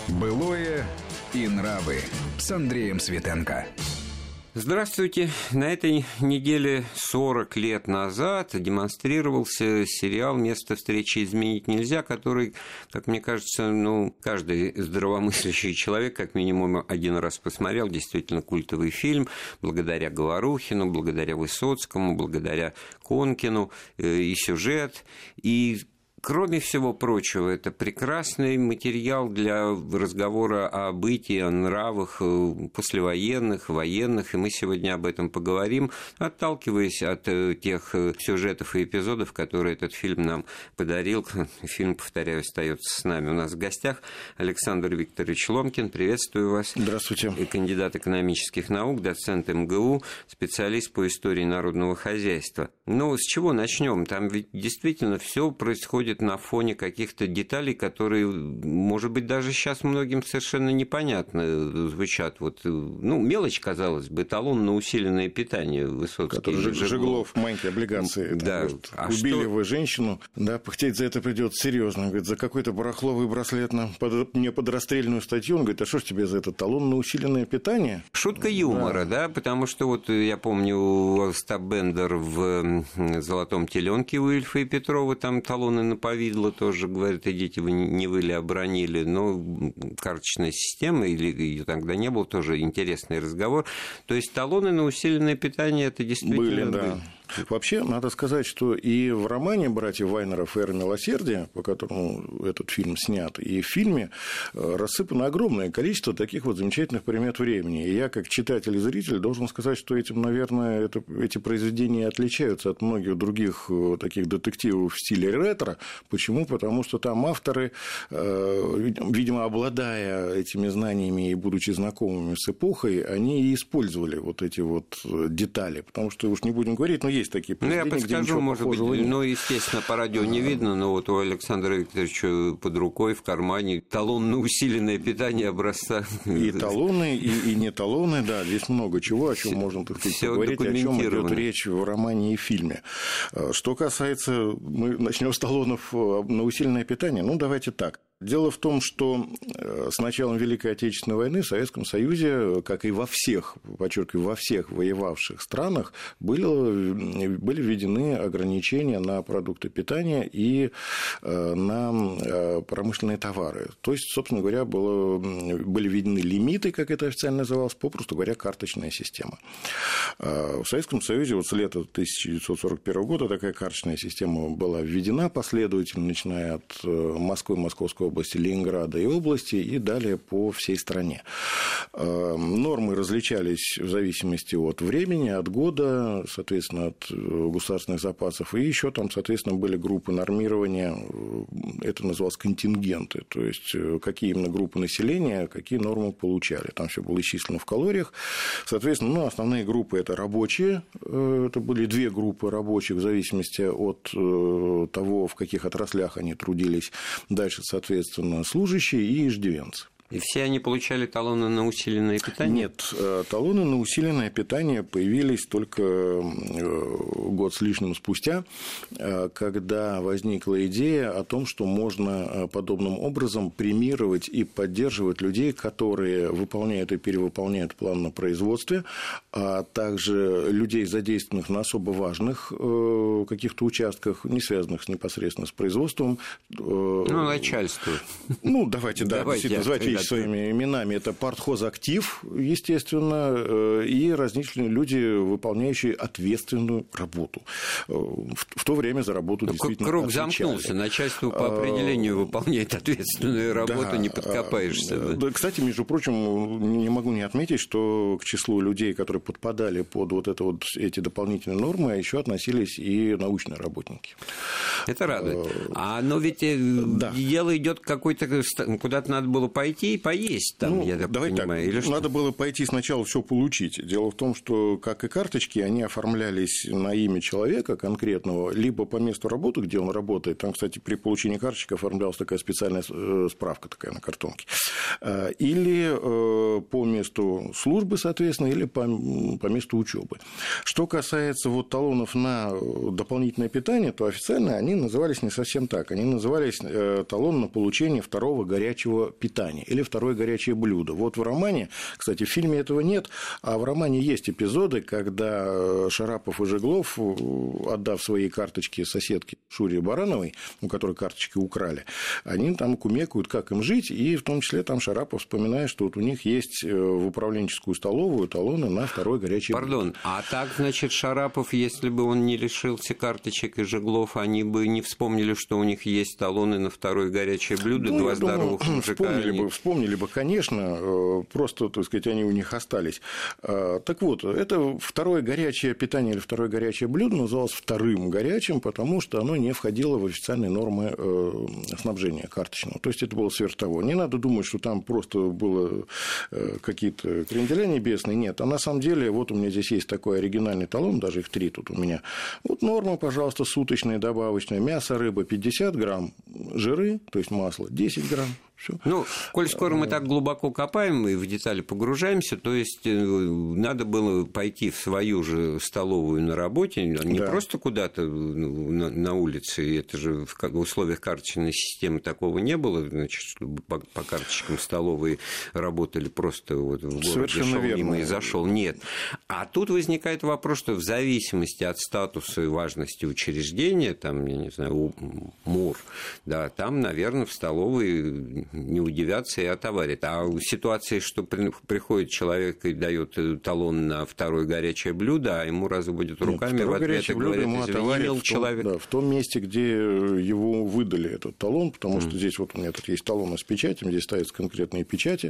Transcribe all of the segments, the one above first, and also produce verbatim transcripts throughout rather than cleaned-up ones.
Былое и нравы с Андреем Светенко. Здравствуйте. На этой неделе сорок лет назад демонстрировался сериал «Место встречи изменить нельзя», который, как мне кажется, ну, каждый здравомыслящий человек как минимум один раз посмотрел. Действительно культовый фильм, благодаря Говорухину, благодаря Высоцкому, благодаря Конкину, и сюжет, и... Кроме всего прочего, это прекрасный материал для разговора о бытии, о нравах послевоенных, военных, и мы сегодня об этом поговорим, отталкиваясь от тех сюжетов и эпизодов, которые этот фильм нам подарил. Фильм, повторяю, остается с нами. У нас в гостях Александр Викторович Ломкин. Приветствую вас. Здравствуйте. И кандидат экономических наук, доцент эм гэ у, специалист по истории народного хозяйства. Ну, с чего начнем? Там ведь действительно все происходит на фоне каких-то деталей, которые, может быть, даже сейчас многим совершенно непонятно звучат. Вот, ну, мелочь, казалось бы, эталон на усиленное питание Высоцкий. Который Жиглов, Жиглов маленькие облигации. Да. Там, говорит, а убили что... вы женщину, да, пыхтеть за это придется серьезно. Он говорит, за какой-то барахловый браслет на под, не под расстрельную статью. Он говорит, а что ж тебе за это талон на усиленное питание? Шутка юмора, да, да, потому что вот я помню Остап Бендер в «Золотом теленке» у Ильфа и Петрова, там талоны на повидло тоже, говорят, идите, вы не вы ли обронили, но карточная система, или ее тогда не было, тоже интересный разговор. То есть талоны на усиленное питание, это действительно... Были, да. Вообще, надо сказать, что и в романе братьев Вайнеров «Эра милосердия», по которому этот фильм снят, и в фильме рассыпано огромное количество таких вот замечательных примет времени. И я, как читатель и зритель, должен сказать, что этим, наверное, это, эти произведения отличаются от многих других таких детективов в стиле ретро. Почему? Потому что там авторы, видимо, обладая этими знаниями и будучи знакомыми с эпохой, они и использовали вот эти вот детали. Потому что, уж не будем говорить, но есть такие произведения, ну, я подскажу, может быть, нет. Ну, естественно, по радио не видно, но вот у Александра Викторовича под рукой, в кармане талон на усиленное питание образца. И талоны, и, и не талоны, да, здесь много чего, о чем можно, так сказать, поговорить, о чем идет речь в романе и фильме. Что касается, мы начнем с талонов на усиленное питание, ну, давайте так. Дело в том, что с началом Великой Отечественной войны в Советском Союзе, как и во всех, подчеркиваю, во всех воевавших странах, были, были введены ограничения на продукты питания и на промышленные товары. То есть, собственно говоря, было, были введены лимиты, как это официально называлось, попросту говоря, карточная система. В Советском Союзе вот с лета тысяча девятьсот сорок первого года такая карточная система была введена последовательно, начиная от Москвы, Московской области, Ленинграда и области, и далее по всей стране. Нормы различались в зависимости от времени, от года, соответственно, от государственных запасов, и еще там, соответственно, были группы нормирования, это называлось контингенты, то есть какие именно группы населения, какие нормы получали. Там все было исчислено в калориях. Соответственно, ну, основные группы – это рабочие, это были две группы рабочих в зависимости от того, в каких отраслях они трудились. Дальше, соответственно, соответственно, служащие и иждивенцы. И все они получали талоны на усиленное питание? Нет, талоны на усиленное питание появились только год с лишним спустя, когда возникла идея о том, что можно подобным образом премировать и поддерживать людей, которые выполняют и перевыполняют план на производстве, а также людей, задействованных на особо важных каких-то участках, не связанных непосредственно с производством. Ну, начальство. Ну, давайте, да, давайте, назвать вещи своими именами. Это партхозактив, естественно, и различные люди, выполняющие ответственную работу. В то время за работу, ну, действительно круг отвечали. Замкнулся. Начальство по определению выполняет ответственную работу, да, не подкопаешься. Да. Да, кстати, между прочим, не могу не отметить, что к числу людей, которые подпадали под вот, это вот эти дополнительные нормы, еще относились и научные работники. Это радует. А, но ведь да. дело идет какой-то, куда-то надо было пойти и поесть там, ну, я так давай понимаю. Так, или что? Надо было пойти сначала все получить. Дело в том, что, как и карточки, они оформлялись на имя человека конкретного, либо по месту работы, где он работает. Там, кстати, при получении карточек оформлялась такая специальная справка такая на картонке. Или по месту службы, соответственно, или по, по месту учебы. Что касается вот талонов на дополнительное питание, то официально они назывались не совсем так. Они назывались талон на получение второго горячего питания. или второе горячее блюдо. Вот в романе, кстати, в фильме этого нет, а в романе есть эпизоды, когда Шарапов и Жеглов, отдав свои карточки соседке Шуре Барановой, у которой карточки украли, они там кумекают, как им жить, и в том числе там Шарапов вспоминает, что вот у них есть в управленческую столовую талоны на второе горячее Пардон, блюдо. а так, значит, Шарапов, если бы он не лишился карточек и Жеглов, они бы не вспомнили, что у них есть талоны на второе горячее блюдо, ну, два здоровых думаю, мужика. Вспомнили они... бы, вспомнили бы, конечно, просто, так сказать, они у них остались. Так вот, это второе горячее питание или второе горячее блюдо называлось вторым горячим, потому что оно не входило в официальные нормы снабжения карточного. То есть это было сверх того. Не надо думать, что там просто было какие-то кренделя небесные. Нет, а на самом деле, вот у меня здесь есть такой оригинальный талон, даже их три тут у меня. Вот норма, пожалуйста, суточная, добавочная. Мясо, рыба пятьдесят грамм, жиры, то есть масло десять грамм. Всё. Ну, коль скоро мы так глубоко копаем и в детали погружаемся, то есть надо было пойти в свою же столовую на работе, не да. просто куда-то на, на улице, это же в условиях карточной системы такого не было, значит, чтобы по, по карточкам столовые работали просто вот в городе, совершенно шел верно. мимо и зашел. Нет. А тут возникает вопрос, что в зависимости от статуса и важности учреждения, там, я не знаю, МУР, да, там, наверное, в столовой не удивятся и отоварят. А в ситуации, что приходит человек и дает талон на второе горячее блюдо, а ему разводят руками, Нет, в ответ и говорят, извини, мил человек. Да, в том месте, где его выдали, этот талон, потому что mm. здесь вот у меня тут есть талоны с печатями, здесь ставятся конкретные печати,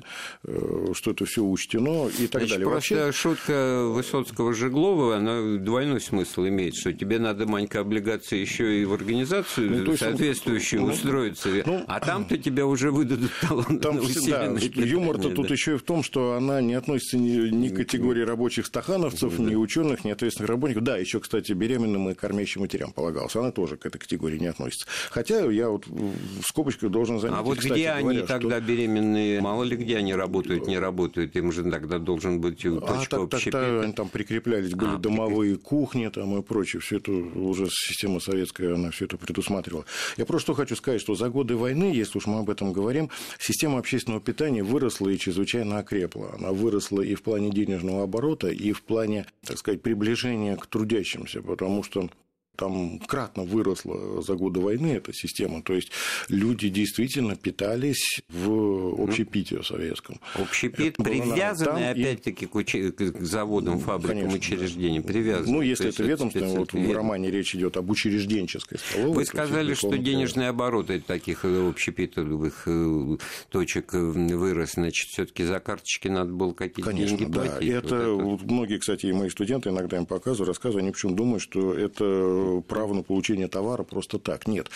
что это все учтено и так Значит, далее. Просто Вообще... шутка Высоцкого-Жеглова, она двойной смысл имеет, что тебе надо маленькая облигация еще и в организацию ну, есть, соответствующую ну, устроиться, ну, а там-то тебя уже выдадут талон там, на усиленное да, питание. Юмор-то да. тут еще и в том, что она не относится ни, ни к категории рабочих стахановцев, ни ученых, ни ответственных работников. Да, еще, кстати, беременным и кормящим матерям полагалось. Она тоже к этой категории не относится. Хотя я вот в скобочках должен заметить. А вот кстати, где говоря, они что... тогда беременные? Мало ли где они работают, не работают. Им же тогда должен быть точка а, так, общепита. Тогда они там прикреплялись, были а, домовые прикреп... кухни там и прочее. Все это уже система советская, она все это предусматривала. Я просто что хочу сказать, что за годы войны, если уж мы об этом говорим, система общественного питания выросла и чрезвычайно окрепла. Она выросла и в плане денежного оборота, и в плане, так сказать, приближения к трудящимся, потому что там кратно выросла за годы войны эта система. То есть люди действительно питались в общепите советском. Общепит привязанный, опять-таки, и... к, уч... к заводам, фабрикам, конечно, учреждениям. Да. Привязанный. Ну, если это ведомственное, вот в романе речь идет об учрежденческой столовой. Вы сказали, что денежный оборот от таких общепитовых точек вырос. Значит, все-таки за карточки надо было какие-то конечно, деньги да. платить. И это, вот это многие, кстати, и мои студенты иногда им показывают, рассказывают, они почему думают, что это право на получение товара просто так. Нет.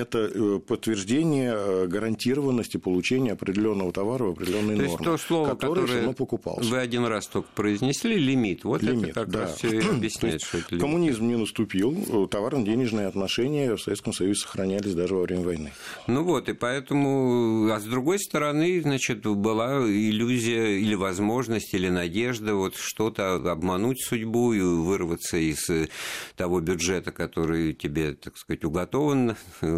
Это подтверждение гарантированности получения определенного товара в определенной то норме, есть то слово, которое все равно покупалось. Вы один раз только произнесли, лимит. Вот лимит, это как да. раз все и объясняет, что это лимит. Коммунизм не наступил, товарно-денежные отношения в Советском Союзе сохранялись даже во время войны. Ну вот, и поэтому... А с другой стороны, значит, была иллюзия или возможность, или надежда вот что-то обмануть судьбу и вырваться из того бюджета, который тебе, так сказать, уготован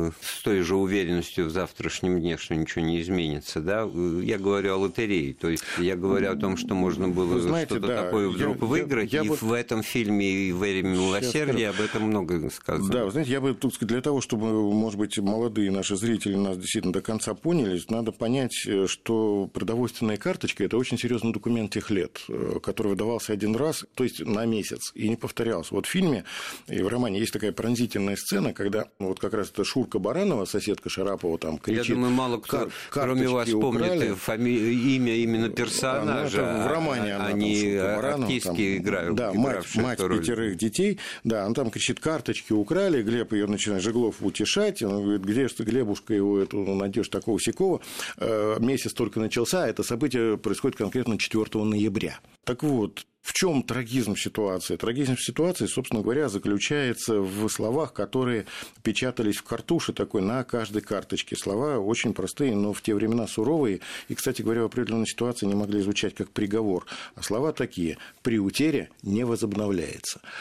с той же уверенностью в завтрашнем дне, что ничего не изменится, да? Я говорю о лотерее, то есть я говорю о том, что можно было знаете, что-то да, такое вдруг я, выиграть, я, я и вот... в этом фильме и в «Эре милосердия» об этом много сказано. Да, вы знаете, я бы тут для того, чтобы, может быть, молодые наши зрители нас действительно до конца поняли, надо понять, что продовольственная карточка – это очень серьезный документ тех лет, который выдавался один раз, то есть на месяц, и не повторялся. Вот в фильме и в романе есть такая пронзительная сцена, когда вот как раз эта Шурка Баранова, соседка Шарапова, там кричит... Я думаю, мало кто, кроме вас, помнит фами... имя именно персонажа, в романе она, они там, артистки играют. Да, мать, мать пятерых детей, да, она там кричит, карточки украли, Глеб ее начинает, Жеглов, утешать, он говорит, где же ты, Глебушка, его эту найдешь такого-сякого, месяц только начался, это событие происходит конкретно четвёртого ноября. Так вот, в чем трагизм ситуации? Трагизм ситуации, собственно говоря, заключается в словах, которые печатались в картуше такой на каждой карточке. Слова очень простые, но в те времена суровые. И, кстати говоря, в определенной ситуации не могли звучать как приговор. А слова такие: «При утере не возобновляется».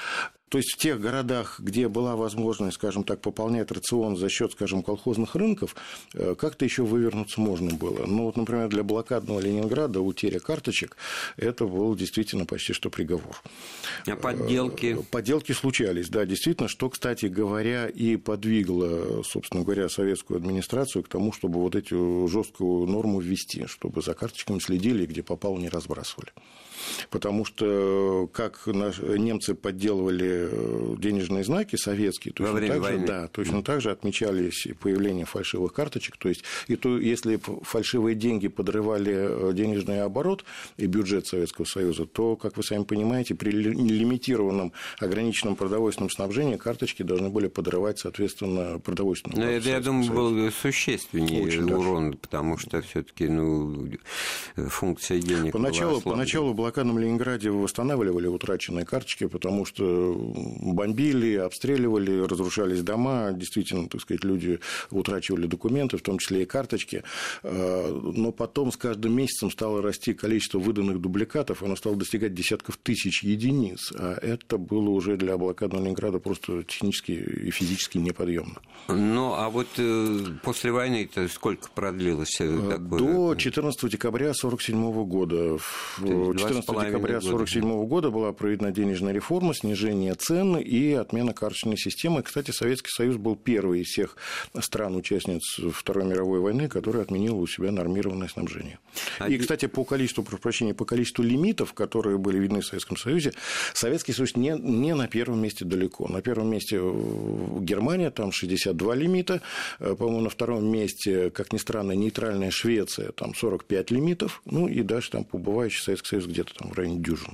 То есть в тех городах, где была возможность, скажем так, пополнять рацион за счет, скажем, колхозных рынков, как-то еще вывернуться можно было. Ну, вот, например, для блокадного Ленинграда утеря карточек – это был действительно почти что приговор. А подделки? Подделки случались, да, действительно, что, кстати говоря, и подвигло, собственно говоря, советскую администрацию к тому, чтобы вот эту жесткую норму ввести, чтобы за карточками следили и где попало не разбрасывали. Потому что как немцы подделывали денежные знаки советские, точно, так же, да, точно так же отмечались появление фальшивых карточек. То есть, и то, если фальшивые деньги подрывали денежный оборот и бюджет Советского Союза, то, как вы сами понимаете, при лимитированном ограниченном продовольственном снабжении карточки должны были подрывать, соответственно, продовольственную. Но это, я думаю, был существеннее Очень урон, даже. Потому что все-таки ну, функция денег поначалу, поначалу в блокадном Ленинграде восстанавливали утраченные карточки, потому что бомбили, обстреливали, разрушались дома, действительно, так сказать, люди утрачивали документы, в том числе и карточки, но потом с каждым месяцем стало расти количество выданных дубликатов, оно стало достигать десятков тысяч единиц, а это было уже для блокадного Ленинграда просто технически и физически неподъемно. Ну, а вот после войны-то сколько продлилось? Такое? До четырнадцатого декабря сорок седьмого года. четырнадцатого декабря сорок седьмого года была проведена денежная реформа, снижение цен и отмена карточной системы. Кстати, Советский Союз был первый из всех стран-участниц Второй мировой войны, который отменил у себя нормированное снабжение. И, кстати, по количеству, прошу прощения, по количеству лимитов, которые были видны в Советском Союзе, Советский Союз не, не на первом месте далеко. На первом месте Германия, там шестьдесят два лимита. По-моему, на втором месте, как ни странно, нейтральная Швеция, там сорок пять лимитов. Ну и дальше там побывающий Советский Союз где-то там в районе дюжины.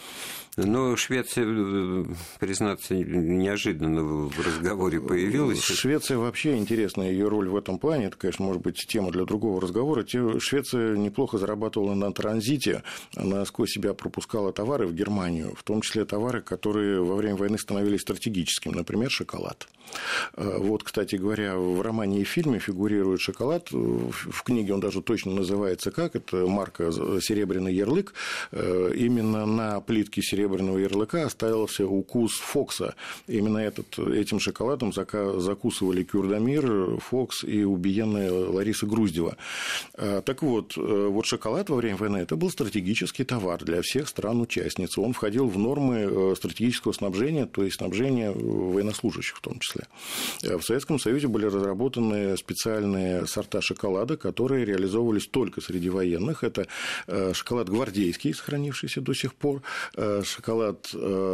Но Швеция, признаться, неожиданно в разговоре появилась. Швеция вообще интересная, ее роль в этом плане, это, конечно, может быть тема для другого разговора. Швеция неплохо зарабатывала на транзите, она сквозь себя пропускала товары в Германию, в том числе товары, которые во время войны становились стратегическими, например, шоколад. Вот, кстати говоря, в романе и фильме фигурирует шоколад, в книге он даже точно называется как, это марка «Серебряный ярлык», именно на плитке серебряного серебряного ярлыка оставился укус Фокса. Именно этот, этим шоколадом закусывали Кюрдамир, Фокс и убиенная Лариса Груздева. Так вот, вот шоколад во время войны – это был стратегический товар для всех стран-участниц. Он входил в нормы стратегического снабжения, то есть снабжения военнослужащих в том числе. В Советском Союзе были разработаны специальные сорта шоколада, которые реализовывались только среди военных. Это шоколад гвардейский, сохранившийся до сих пор, шоколад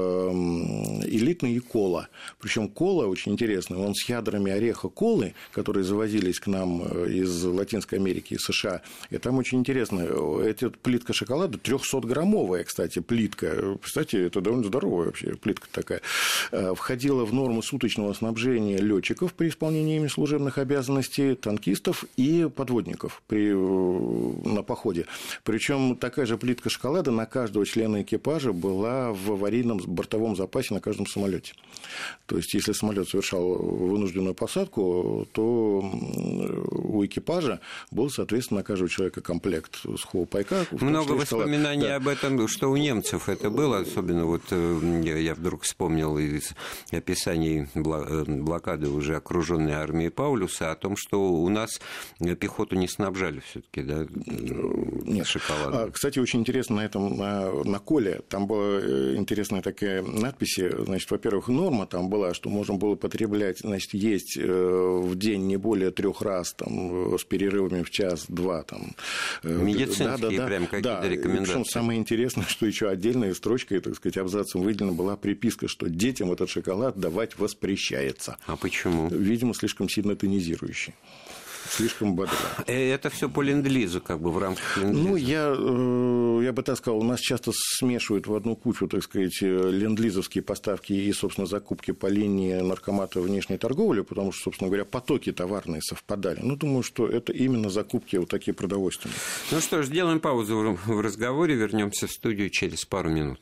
элитный и кола. Причем кола очень интересный, он с ядрами ореха колы, которые завозились к нам из Латинской Америки и США. И там очень интересно, эта плитка шоколада трехсотграммовая, кстати, плитка. Представьте, это довольно здоровая вообще плитка такая. Входила в норму суточного снабжения летчиков при исполнении ими служебных обязанностей, танкистов и подводников при, на походе. Причем такая же плитка шоколада на каждого члена экипажа была в аварийном бортовом запасе на каждом самолете. То есть, если самолет совершал вынужденную посадку, то у экипажа был, соответственно, на каждого человека комплект сухого пайка. Много воспоминаний да. об этом, что у немцев это было, особенно вот я вдруг вспомнил из описаний блокады уже окруженной армии Паулюса о том, что у нас пехоту не снабжали все-таки, да, Нет. шоколадом. Кстати, очень интересно на этом на, на коле там была интересная такая надпись, значит, во-первых, норма там была, что можно было потреблять, значит, есть в день не более трех раз, там, с перерывами в час-два, там. Медицинские да, да, да, прям какие-то да, рекомендации. Причем самое интересное, что еще отдельной строчкой, так сказать, абзацем выделена была приписка, что детям этот шоколад давать воспрещается. А почему? Видимо, слишком сильно тонизирующий. Слишком бодро. Это все по ленд-лизу, как бы в рамках ленд-лиза. Ну, я, я бы так сказал, у нас часто смешивают в одну кучу, так сказать, ленд-лизовские поставки и, собственно, закупки по линии наркомата внешней торговли, потому что, собственно говоря, потоки товарные совпадали. Ну, думаю, что это именно закупки вот такие продовольственные. Ну что ж, сделаем паузу в разговоре, вернемся в студию через пару минут.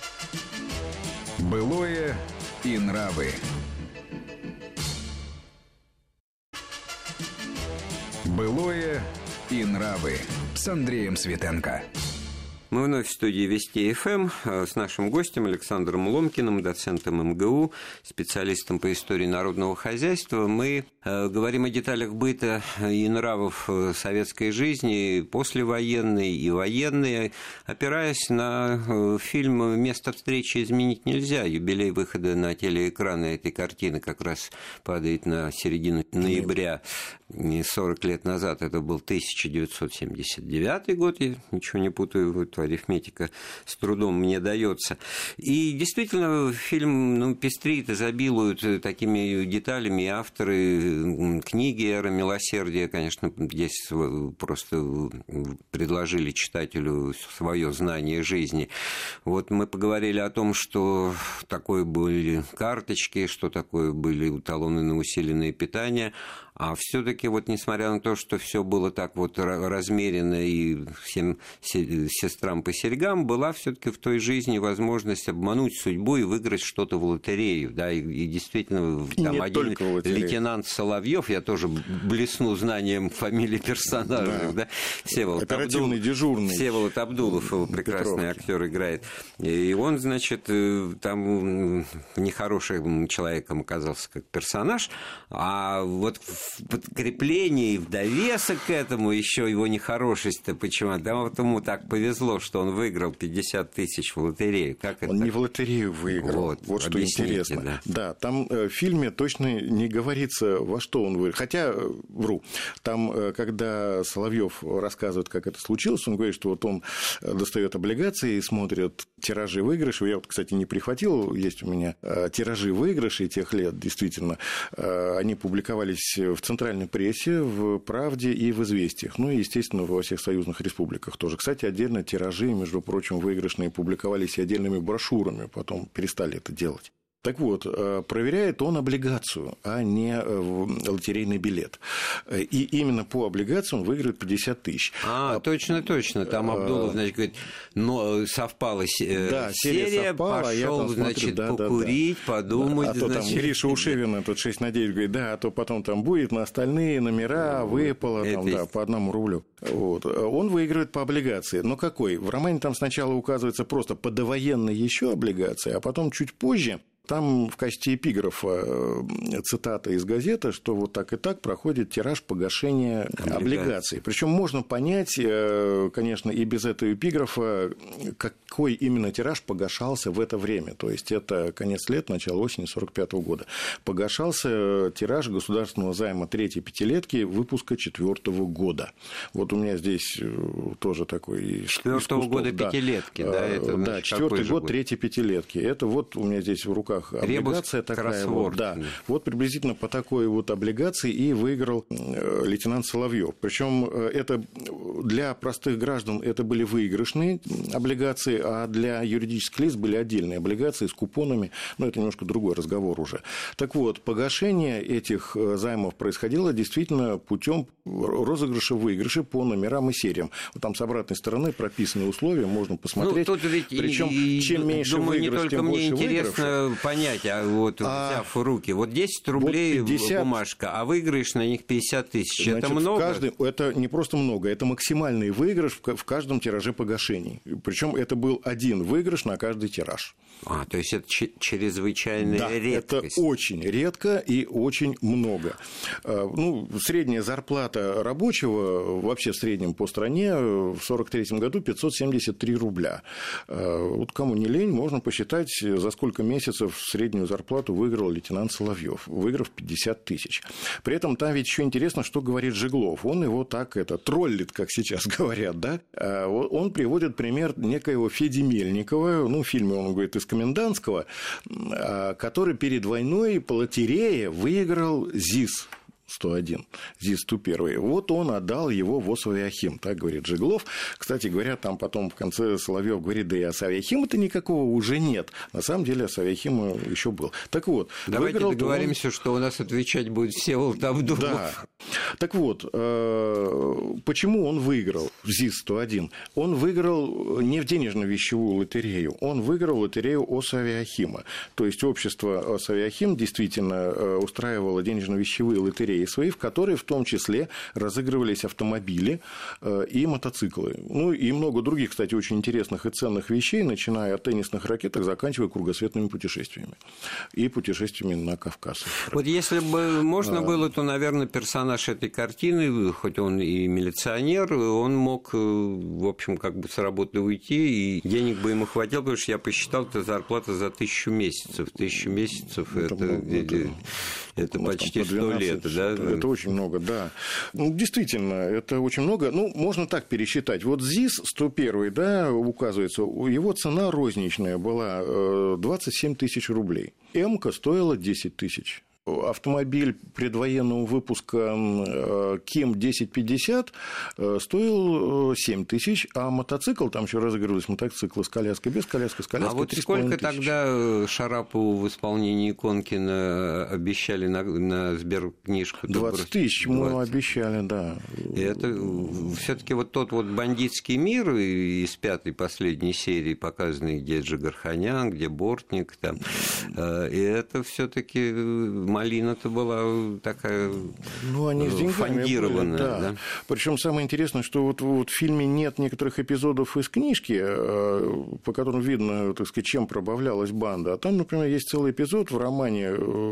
Былое и нравы. Былое и нравы с Андреем Светенко. Мы вновь в студии Вести эф эм с нашим гостем Александром Ломкиным, доцентом эм гэ у, специалистом по истории народного хозяйства. Мы говорим о деталях быта и нравов советской жизни, послевоенной и военной, опираясь на фильм «Место встречи изменить нельзя». Юбилей выхода на телеэкраны этой картины как раз падает на середину ноября. сорок лет назад, это был тысяча девятьсот семьдесят девятый год, я ничего не путаю, вот арифметика с трудом мне дается. И действительно, фильм ну, пестрит, изобилует такими деталями, и авторы книги «Эра милосердия», конечно, здесь просто предложили читателю свое знание жизни. Вот мы поговорили о том, что такое были карточки, что такое были талоны на усиленное питание. А все-таки, вот, несмотря на то, что все было так вот размеренно и всем сестрам по серьгам, была все-таки в той жизни возможность обмануть судьбу и выиграть что-то в лотерею. Да, и, и действительно, и там один лейтенант Соловьев, я тоже блесну знанием фамилии персонажей, да, да? Всеволод оперативный Абдулов, дежурный. Всеволод Абдулов, его прекрасный актер играет. И он, значит, там нехорошим человеком оказался как персонаж, а вот в подкреплении, в довесок к этому еще его нехорошесть-то почему? Да вот ему так повезло, что он выиграл пятьдесят тысяч в лотерею. Как он это? Не в лотерею выиграл. Вот, вот что интересно. Да. да, там в фильме точно не говорится, во что он выиграл. Хотя, вру, там, когда Соловьев рассказывает, как это случилось, он говорит, что вот он достает облигации и смотрит тиражи выигрышей. Я вот, кстати, не прихватил, есть у меня тиражи выигрышей тех лет, действительно. Они публиковались в центральной прессе, в «Правде» и в «Известиях». Ну и, естественно, во всех союзных республиках тоже. Кстати, отдельно тиражи, между прочим, выигрышные публиковались и отдельными брошюрами, потом перестали это делать. Так вот, проверяет он облигацию, а не лотерейный билет. И именно по облигации он выиграет пятьдесят тысяч. А, точно-точно. Там Абдулов, значит, говорит, но совпала да, серия, совпала, пошел, смотрю, значит, да, покурить, да, да. подумать. А то значит... там Гриша Ушевина, тут шесть на девять, говорит, да, а то потом там будет на остальные номера, выпало, там, да, по одному рублю. Вот. Он выигрывает по облигации. Но какой? В романе там сначала указывается просто по довоенной еще облигации, а потом чуть позже там в качестве эпиграфа цитата из газеты, что вот так и так проходит тираж погашения облигаций. облигаций. Причем можно понять, конечно, и без этого эпиграфа, какой именно тираж погашался в это время. То есть это конец лет, начало осени сорок пятого года. Погашался тираж государственного займа третьей пятилетки выпуска четвертого года. Вот у меня здесь тоже такой... Четвертого года да. пятилетки, да? Это, да, четвертый год третьей пятилетки. Это вот у меня здесь в руках облигация такая вот, да, вот приблизительно по такой вот облигации и выиграл лейтенант Соловьев. Причем это для простых граждан это были выигрышные облигации, а для юридических лиц были отдельные облигации с купонами. Но это немножко другой разговор уже. Так вот, погашение этих займов происходило действительно путем розыгрыша выигрыша по номерам и сериям. Вот там с обратной стороны прописаны условия, можно посмотреть. Ну, тут ведь причем и, чем меньше думаю, выигрыш, не только тем мне больше интересно выигрыш. Понять, а вот а, взяв в руки, вот десять рублей вот пятьдесят бумажка, а выиграешь на них пятьдесят тысяч. Значит, это много? Каждый, это не просто много, это максимальный выигрыш в каждом тираже погашений. Причем это был один выигрыш на каждый тираж. А, то есть это чрезвычайная да, редкость. Это очень редко и очень много. Ну, средняя зарплата рабочего вообще в среднем по стране в сорок третьем году пятьсот семьдесят три рубля. Вот кому не лень, можно посчитать, за сколько месяцев среднюю зарплату выиграл лейтенант Соловьев, выиграв пятьдесят тысяч. При этом там ведь еще интересно, что говорит Жеглов. Он его так это троллит, как сейчас говорят, да? Он приводит пример некоего Феди Мельникова, ну, в фильме он говорит из Комендантского, который перед войной по лотерее выиграл ЗИС сто один, ЗИС сто один. Вот он отдал его в Осавиахим, так говорит Жеглов. Кстати говоря, там потом в конце Соловьев говорит, да и Осавиахима-то никакого уже нет. На самом деле Осавиахима еще был. Так вот, давайте договоримся, он... что у нас отвечать будет Всеволод Абдулов. Да. Так вот, почему он выиграл в ЗИС сто один? Он выиграл не в денежно-вещевую лотерею, он выиграл лотерею Осавиахима. То есть общество Осавиахим действительно устраивало денежно-вещевые лотереи рейсовой, в которой в том числе разыгрывались автомобили и мотоциклы. Ну, и много других, кстати, очень интересных и ценных вещей, начиная от теннисных ракеток, заканчивая кругосветными путешествиями. И путешествиями на Кавказ. Вот если бы можно было, то, наверное, персонаж этой картины, хоть он и милиционер, он мог, в общем, как бы с работы уйти, и денег бы ему хватило, потому что я посчитал, это зарплата за тысячу месяцев. Тысячу месяцев это, это, это, это почти сто лет. Да? Это очень много, да. Ну, действительно, это очень много. Ну, можно так пересчитать. Вот ЗИС сто один, да, указывается, его цена розничная была двадцать семь тысяч рублей. М-ка стоила десять тысяч. Автомобиль предвоенного выпуска Ким десять пятьдесят стоил семь тысяч, а мотоцикл, там еще разыгрывались мотоциклы с коляской, без коляски, с коляской. А вот сколько тогда Шарапову в исполнении Конкина обещали на, на сберкнижку? двадцать тысяч мы обещали, да. И это все-таки вот тот вот бандитский мир из пятой последней серии, показанный, где Джигарханян, где Бортник, там, и это все-таки малина-то была такая, ну, они с фондированная. Были, да. Да? Причем самое интересное, что вот, вот в фильме нет некоторых эпизодов из книжки, по которым видно, так сказать, чем пробавлялась банда. А там, например, есть целый эпизод в романе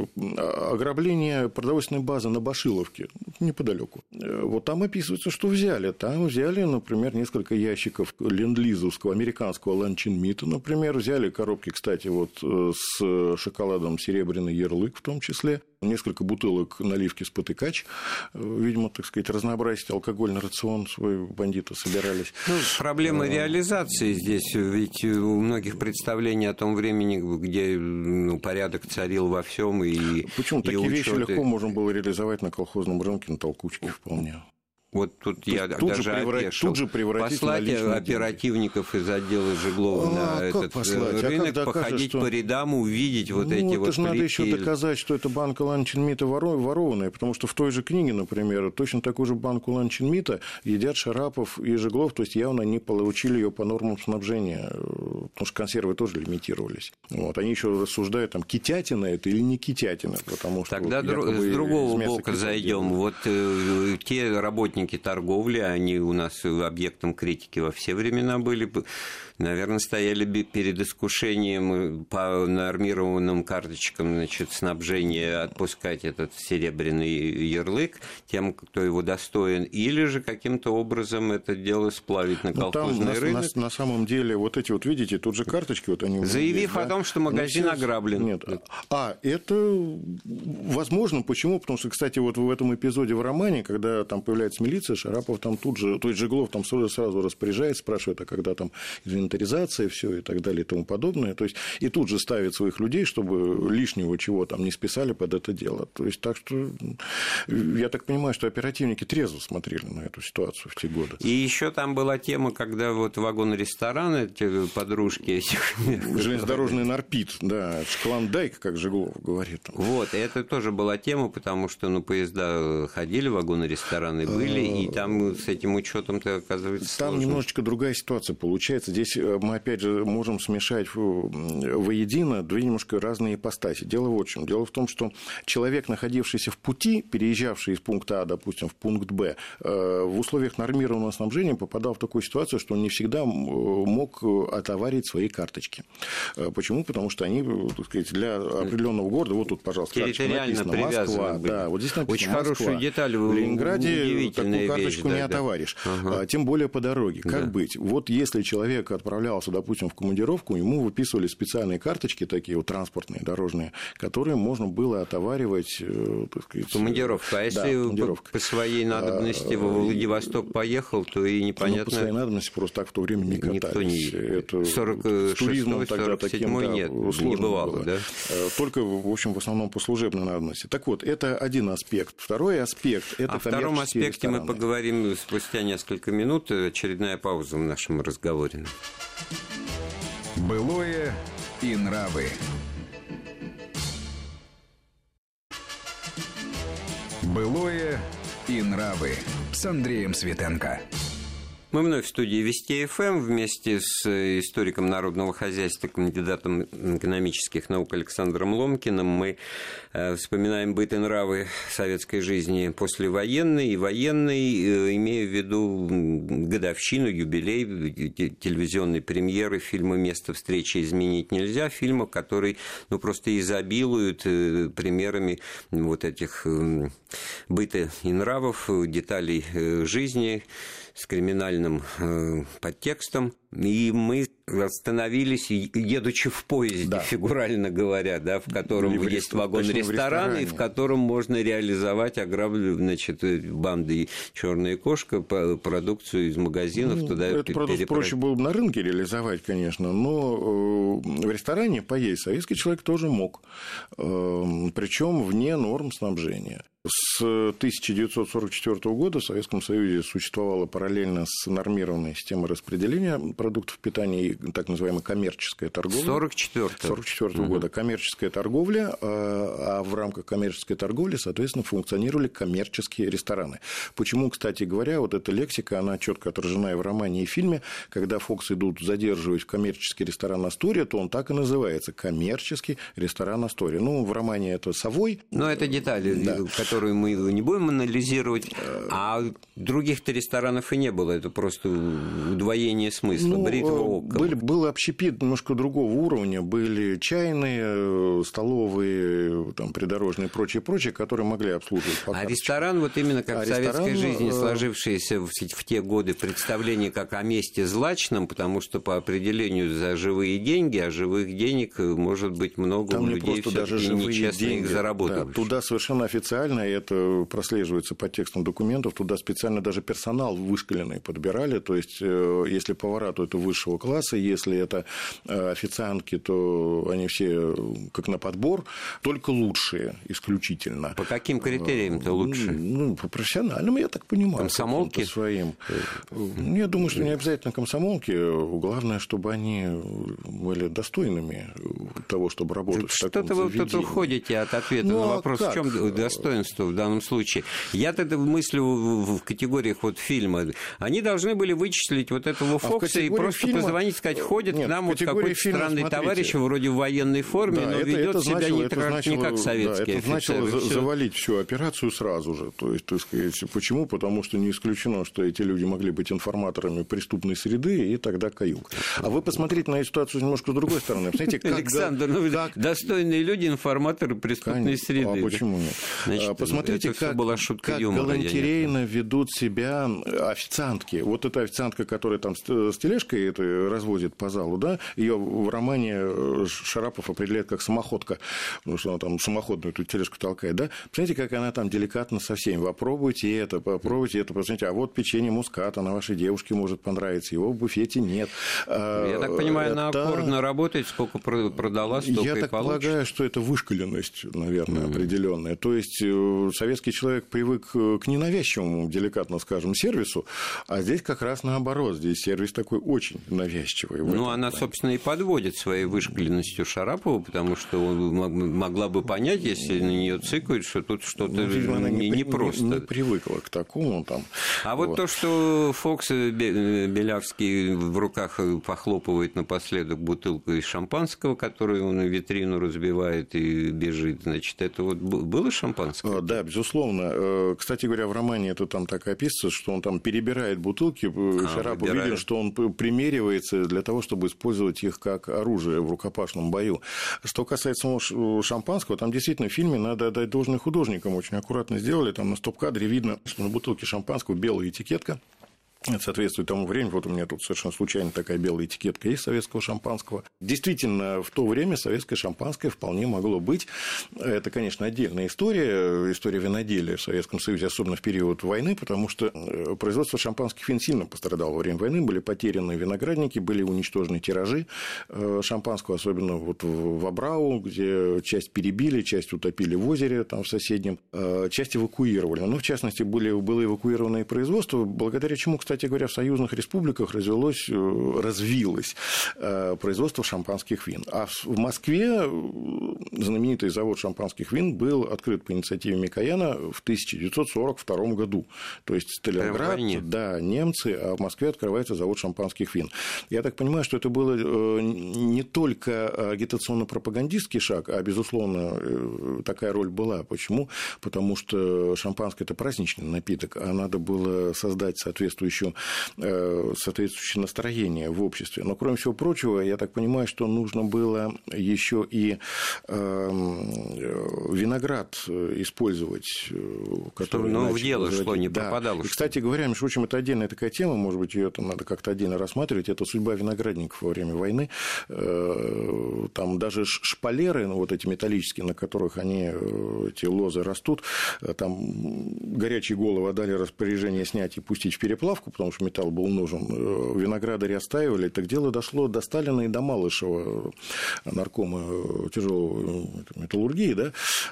ограбление продовольственной базы на Башиловке, неподалеку. Вот там описывается, что взяли. Там взяли, например, несколько ящиков ленд-лизовского, американского ланчин-мита, например. Взяли коробки, кстати, вот с шоколадом «Серебряный ярлык» в том числе. Несколько бутылок наливки «Спотыкач». Видимо, так сказать, разнообразить алкогольный рацион свой бандиты собирались. Ну, проблема реализации здесь. Ведь у многих представлений о том времени, где, ну, порядок царил во всем. И, почему? И такие учёты... вещи легко можно было реализовать на колхозном рынке, на толкучке вполне. Вот тут то я тут даже же преврат... опешил. Тут же превратить послать оперативников деньги из отдела Жеглова а, на этот послать? рынок, а походить что... по рядам, увидеть вот ну, эти это вот же надо плитки. еще доказать, что это банка ланчин-мита ворованная, потому что в той же книге, например, точно такую же банку ланчин-мита едят Шарапов и Жеглов, то есть явно они получили ее по нормам снабжения, потому что консервы тоже лимитировались. Вот. Они еще рассуждают, там, китятина это или не китятина, потому что... Тогда вот, с другого бока зайдем. Вот э, те работники торговли, они у нас объектом критики во все времена были, наверное, стояли бы перед искушением по нормированным карточкам, значит, снабжения отпускать этот серебряный ярлык тем, кто его достоин, или же каким-то образом это дело сплавить на колхозный ну, там рынок. На, на самом деле, вот эти вот, видите, тут же карточки, вот они... Заявив есть, о да? том, что магазин ну, ограблен. Нет. А, это возможно. Почему? Потому что, кстати, вот в этом эпизоде в романе, когда там появляется милиция, Шарапов там тут же, то есть Жеглов там сразу распоряжается, спрашивает, а когда там инвентаризация, все и так далее и тому подобное. То есть и тут же ставит своих людей, чтобы лишнего чего там не списали под это дело. То есть так что я так понимаю, что оперативники трезво смотрели на эту ситуацию в те годы. И еще там была тема, когда вот вагон-ресторан, эти подружки этих... Железнодорожный нарпит, да, Шклондайк, как Жеглов говорит. Вот, это тоже была тема, потому что, ну, поезда ходили, вагоны-рестораны были, и там с этим учетом-то, оказывается, там сложно. Немножечко другая ситуация получается. Здесь мы, опять же, можем смешать воедино две немножко разные ипостаси. Дело вот в чем. Дело в том, что человек, находившийся в пути, переезжавший из пункта А, допустим, в пункт Б, в условиях нормированного снабжения попадал в такую ситуацию, что он не всегда мог отоварить свои карточки. Почему? Потому что они, так сказать, для определенного города, вот тут, пожалуйста, территориально Москва, были. Да, вот здесь написано Очень Москва. Хорошую деталь, в Ленинграде такую карточку вещь, не да, отоваришь, да. Тем более по дороге. Как Да. быть? Вот если человек отправлялся, допустим, в командировку, ему выписывали специальные карточки, такие вот транспортные, дорожные, которые можно было отоваривать, так сказать... Командировка. А если да, по своей надобности во Владивосток поехал, то и непонятно... Ну, по своей надобности просто так в то время не катались. Никто не... Это сорок с туризмом тогда сорок таким, седьмой да, нет, не бывало, было. Да? Только, в общем, в основном по служебной надобности. Так вот, это один аспект. Второй аспект – это О втором аспекте рестораны. мы поговорим спустя несколько минут. Очередная пауза в нашем разговоре. Былое и нравы. Былое и нравы с Андреем Светенко. Мы вновь в студии Вести эф эм вместе с историком народного хозяйства, кандидатом экономических наук Александром Ломкиным. Мы вспоминаем быт и нравы советской жизни послевоенной и военной, имея в виду годовщину, юбилей телевизионной премьеры фильма «Место встречи изменить нельзя», фильма, который ну, просто изобилует примерами вот этих быта и нравов, деталей жизни с криминальным э, подтекстом. И мы остановились, едучи в поезде, да. фигурально говоря, да, в котором Или есть вагон-ресторан, и в котором можно реализовать ограблю, значит, банды «Черная кошка», продукцию из магазинов ну, туда этот продукт переправить. Проще было бы на рынке реализовать, конечно, но в ресторане поесть советский человек тоже мог, причем вне норм снабжения. С тысяча девятьсот сорок четвёртого года в Советском Союзе существовала параллельно с нормированной системой распределения продуктов питания так называемая коммерческая торговля. сорок четвёртого сорок четвёртого угу. года коммерческая торговля, а в рамках коммерческой торговли, соответственно, функционировали коммерческие рестораны. Почему, кстати говоря, вот эта лексика, она четко отражена и в романе, и в фильме. Когда Фокс идут задерживать в коммерческий ресторан «Астория», то он так и называется – коммерческий ресторан «Астория». Ну, в романе это «Совой». Но это детали, да. которые которую мы не будем анализировать, а других-то ресторанов и не было, это просто удвоение смысла, ну, бритва около. Были, был общепит немножко другого уровня, были чайные, столовые, там, придорожные и прочее, прочее, которые могли обслуживать покупки. А ресторан, вот именно как а в советской ресторан... жизни сложившееся в, в те годы представление как о месте злачном, потому что по определению за живые деньги, а живых денег может быть много там у не людей, все-таки нечестно их заработавших. Да, туда совершенно официально, и это прослеживается по текстам документов, туда специально даже персонал вышколенный подбирали, то есть если повара, то это высшего класса, если это официантки, то они все как на подбор, только лучшие исключительно. По каким критериям-то лучше? Ну, по профессиональным, я так понимаю. Комсомолки? По своим. Я думаю, что не обязательно комсомолки, главное, главное, чтобы они были достойными того, чтобы работать в таком заведении. Что-то вы тут уходите от ответа ну, на вопрос, а в чем достоинство в данном случае. Я тогда мыслю в категориях вот фильма. Они должны были вычислить вот этого Фокса а и просто фильма... позвонить, сказать, ходит Нет, к нам вот какой-то фильма, странный смотрите. Товарищ вроде в военной форме, да, но это, ведет это себя значило, не, это значило, не как советский да, это офицер. Это значило завалить всю операцию сразу же. То есть, так сказать, почему? Потому что не исключено, что эти люди могли быть информаторами преступной среды, и тогда каюк. А вы посмотрите на эту ситуацию немножко с другой стороны. Посмотрите, как... Александр, ну, как... достойные люди, информаторы преступной Конечно. среды. А почему нет? Значит, посмотрите, как, была шутка как юмора, галантерейно ведут себя официантки. Вот эта официантка, которая там с тележкой это развозит по залу, да, ее в романе Шарапов определяет как самоходка, потому что она там самоходную эту тележку толкает, да. Посмотрите, как она там деликатно со всеми. Попробуйте это, попробуйте это, посмотрите, а вот печенье муската на вашей девушке может понравиться, его в буфете нет. Я так понимаю, она это... аккордно работает, сколько продала, столько Я и так получит. полагаю, что это вышкаленность, наверное, mm-hmm. определенная. То есть советский человек привык к ненавязчивому, деликатно скажем, сервису, а здесь как раз наоборот. Здесь сервис такой очень навязчивый. Ну, она, плане. собственно, и подводит своей вышкаленностью Шарапову, потому что он могла бы понять, если на нее цикают, что тут что-то ну, не, не просто. Не, не привыкла к такому там. А вот, вот то, что Фокс Белявский в руках похлопывает напоследок бутылкой шампанского, которую он в витрину разбивает и бежит, значит, это вот было шампанское? Да, безусловно. Кстати говоря, в романе это там так описывается, что он там перебирает бутылки, а, Шарапов видит, что он примеривается для того, чтобы использовать их как оружие в рукопашном бою. Что касается самого шампанского, там действительно в фильме надо отдать должное художникам, очень аккуратно сделали, там на стоп-кадре видно, что на бутылке шампанского белая этикетка. Это соответствует тому времени. Вот у меня тут совершенно случайно такая белая этикетка есть советского шампанского. Действительно, в то время советское шампанское вполне могло быть. Это, конечно, отдельная история, история виноделия в Советском Союзе, особенно в период войны, потому что производство шампанских вин сильно пострадало во время войны. Были потеряны виноградники, были уничтожены тиражи шампанского, особенно вот в Абрау, где часть перебили, часть утопили в озере, там в соседнем, часть эвакуировали. Ну, в частности, были, было эвакуировано и производство, благодаря чему, кстати, кстати говоря, в союзных республиках развелось, развилось производство шампанских вин. А в Москве знаменитый завод шампанских вин был открыт по инициативе Микояна в тысяча девятьсот сорок втором году. То есть Сталинград, да, немцы, а в Москве открывается завод шампанских вин. Я так понимаю, что это было не только агитационно-пропагандистский шаг, а, безусловно, такая роль была. Почему? Потому что шампанское – это праздничный напиток, а надо было создать соответствующее, соответствующее настроение в обществе. Но, кроме всего прочего, я так понимаю, что нужно было еще и виноград использовать, который ну, в дело шло, не да. пропадало. И, кстати говоря, между прочим, это отдельная такая тема, может быть, ее там надо как-то отдельно рассматривать, это судьба виноградников во время войны. Там даже шпалеры, ну, вот эти металлические, на которых они, эти лозы растут, там горячие головы отдали распоряжение снять и пустить в переплавку, потому что металл был нужен. Виноградари оставили. Так дело дошло до Сталина и до Малышева, наркома тяжелой металлургии, да,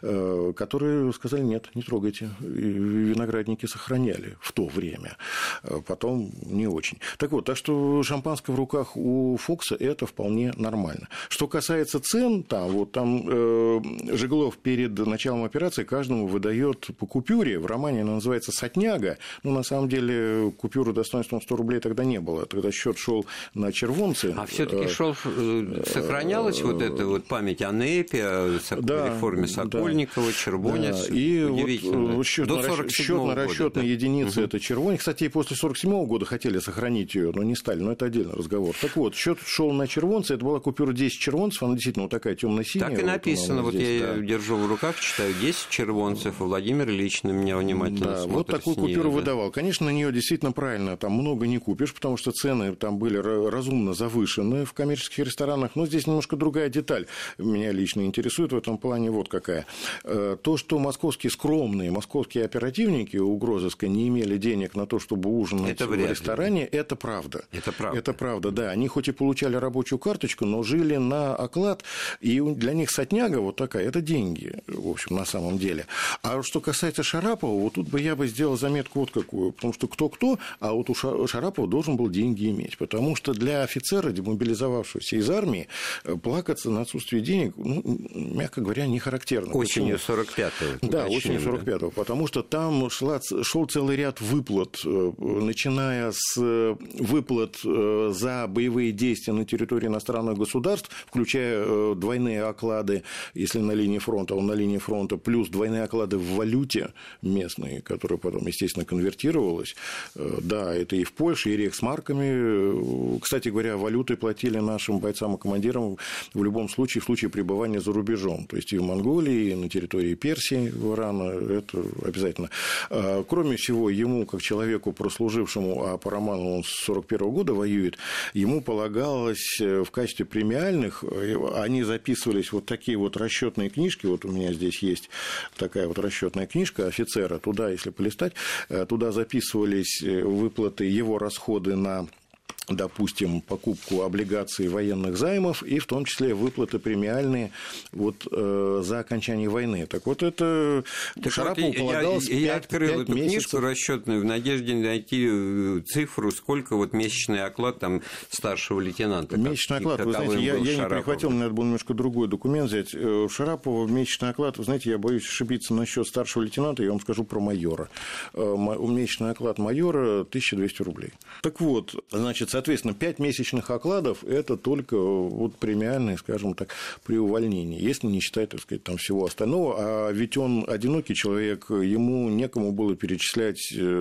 которые сказали, нет, не трогайте. И виноградники сохраняли в то время. Потом не очень. Так вот, так что шампанское в руках у Фокса – это вполне нормально. Что касается цен, там, вот, там э, Жиглов перед началом операции каждому выдает по купюре. В романе она называется «Сотняга». Но на самом деле купюры достоинством сто рублей тогда не было. Тогда счет шел на червонцы. А все-таки шел, сохранялась вот эта вот память о НЭПе, о да, реформе Сокольникова, да, Червонец. Да. И вот счет до на, счет на расчетной да. единице угу. это Червонец. Кстати, и после сорок седьмого года хотели сохранить ее, но не стали. Но это отдельный разговор. Так вот, счет шел на червонцы. Это была купюра десять червонцев. Она действительно вот такая темно-синяя. Так и написано. Вот, вот здесь, я да. держу в руках, читаю десять червонцев. Владимир Ильич на меня внимательно да, смотрит. Вот такую нее, купюру да. выдавал. Конечно, на нее действительно правильно. Там много не купишь, потому что цены там были разумно завышены в коммерческих ресторанах. Но здесь немножко другая деталь меня лично интересует в этом плане. Вот какая. То, что московские скромные, московские оперативники угрозыска не имели денег на то, чтобы ужинать это в ресторане, это правда. Это правда. Это правда, да. Они хоть и получали рабочую карточку, но жили на оклад, и для них сотняга вот такая, это деньги, в общем, на самом деле. А что касается Шарапова, вот тут бы я бы сделал заметку вот какую, потому что кто-кто, а вот у Шарапова должен был деньги иметь, потому что для офицера, демобилизовавшегося из армии, плакаться на отсутствие денег, ну, мягко говоря, не характерно. Осенью сорок пятого. Да, осенью сорок пятого, да. Потому что там шла, шел целый ряд выплат, начиная с выплат за боевые действия на территории иностранных государств, включая двойные оклады, если на линии фронта, он на линии фронта, плюс двойные оклады в валюте местной, которая потом, естественно, конвертировалась. Да, это и в Польше, и рейхсмарками. Кстати говоря, валюты платили нашим бойцам и командирам в любом случае, в случае пребывания за рубежом. То есть и в Монголии, и на территории Персии, в Иране, это обязательно. Кроме всего, ему, как человеку, прослужившему, а по роману он с сорок первого года воюет, ему полагалось в качестве премиальных, они записывались вот такие вот расчетные книжки, вот у меня здесь есть такая вот расчетная книжка офицера, туда, если полистать, туда записывались выплаты, его расходы на, допустим, покупку облигаций военных займов и в том числе выплаты премиальные вот, э, за окончание войны. Так вот, это так Шарапову вот полагалось я, я открыл эту месяцев. книжку расчетную в надежде найти цифру, сколько вот месячный оклад там старшего лейтенанта. Месячный оклад, вы знаете, я, я не прихватил, мне надо было немножко другой документ взять. У Шарапова месячный оклад, вы знаете, я боюсь ошибиться насчет старшего лейтенанта, я вам скажу про майора. Месячный оклад майора тысяча двести рублей. Так вот, значит, соответственно, пять месячных окладов – это только вот премиальные, скажем так, при увольнении, если не считать, так сказать, там всего остального. А ведь он одинокий человек, ему некому было перечислять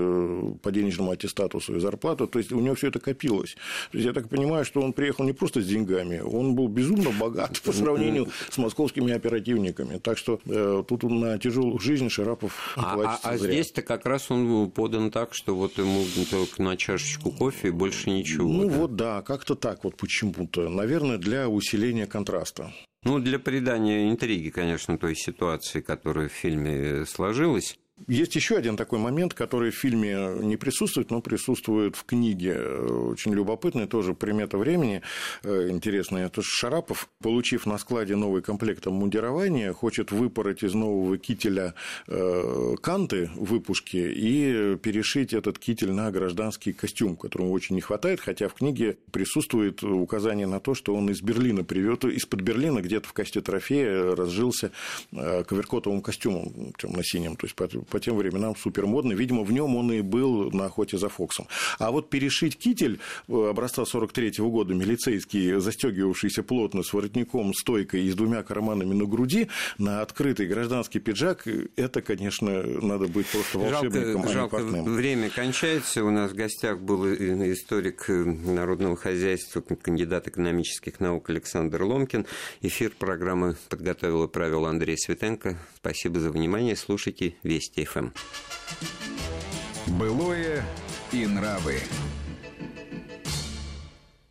по денежному аттестату свою зарплату, то есть у него все это копилось. То есть я так понимаю, что он приехал не просто с деньгами, он был безумно богат по сравнению с московскими оперативниками. Так что тут на тяжелую жизнь Шарапов платится а, а, а зря. здесь-то как раз он подан так, что вот ему только на чашечку кофе и больше ничего. Ну да? вот да, как-то так вот почему-то. Наверное, для усиления контраста. Ну, для придания интриги, конечно, той ситуации, которая в фильме сложилась. Есть еще один такой момент, который в фильме не присутствует, но присутствует в книге. Очень любопытный, тоже примета времени интересная. Это Шарапов, получив на складе новый комплект обмундирования, хочет выпороть из нового кителя канты, выпушки, и перешить этот китель на гражданский костюм, которому очень не хватает, хотя в книге присутствует указание на то, что он из Берлина привез, из-под Берлина где-то в качестве трофея разжился коверкотовым костюмом темно-синим, то есть по тем временам супермодный. Видимо, в нем он и был на охоте за Фоксом. А вот перешить китель образца сорок третьего года, милицейский, застегивавшийся плотно с воротником, стойкой и с двумя карманами на груди, на открытый гражданский пиджак, это, конечно, надо быть просто волшебником, жалко, а не портным. Время кончается. У нас в гостях был историк народного хозяйства, кандидат экономических наук Александр Ломкин. Эфир программы подготовил и провел Андрей Светенко. Спасибо за внимание. Слушайте Вести эф эм. Былое и нравы.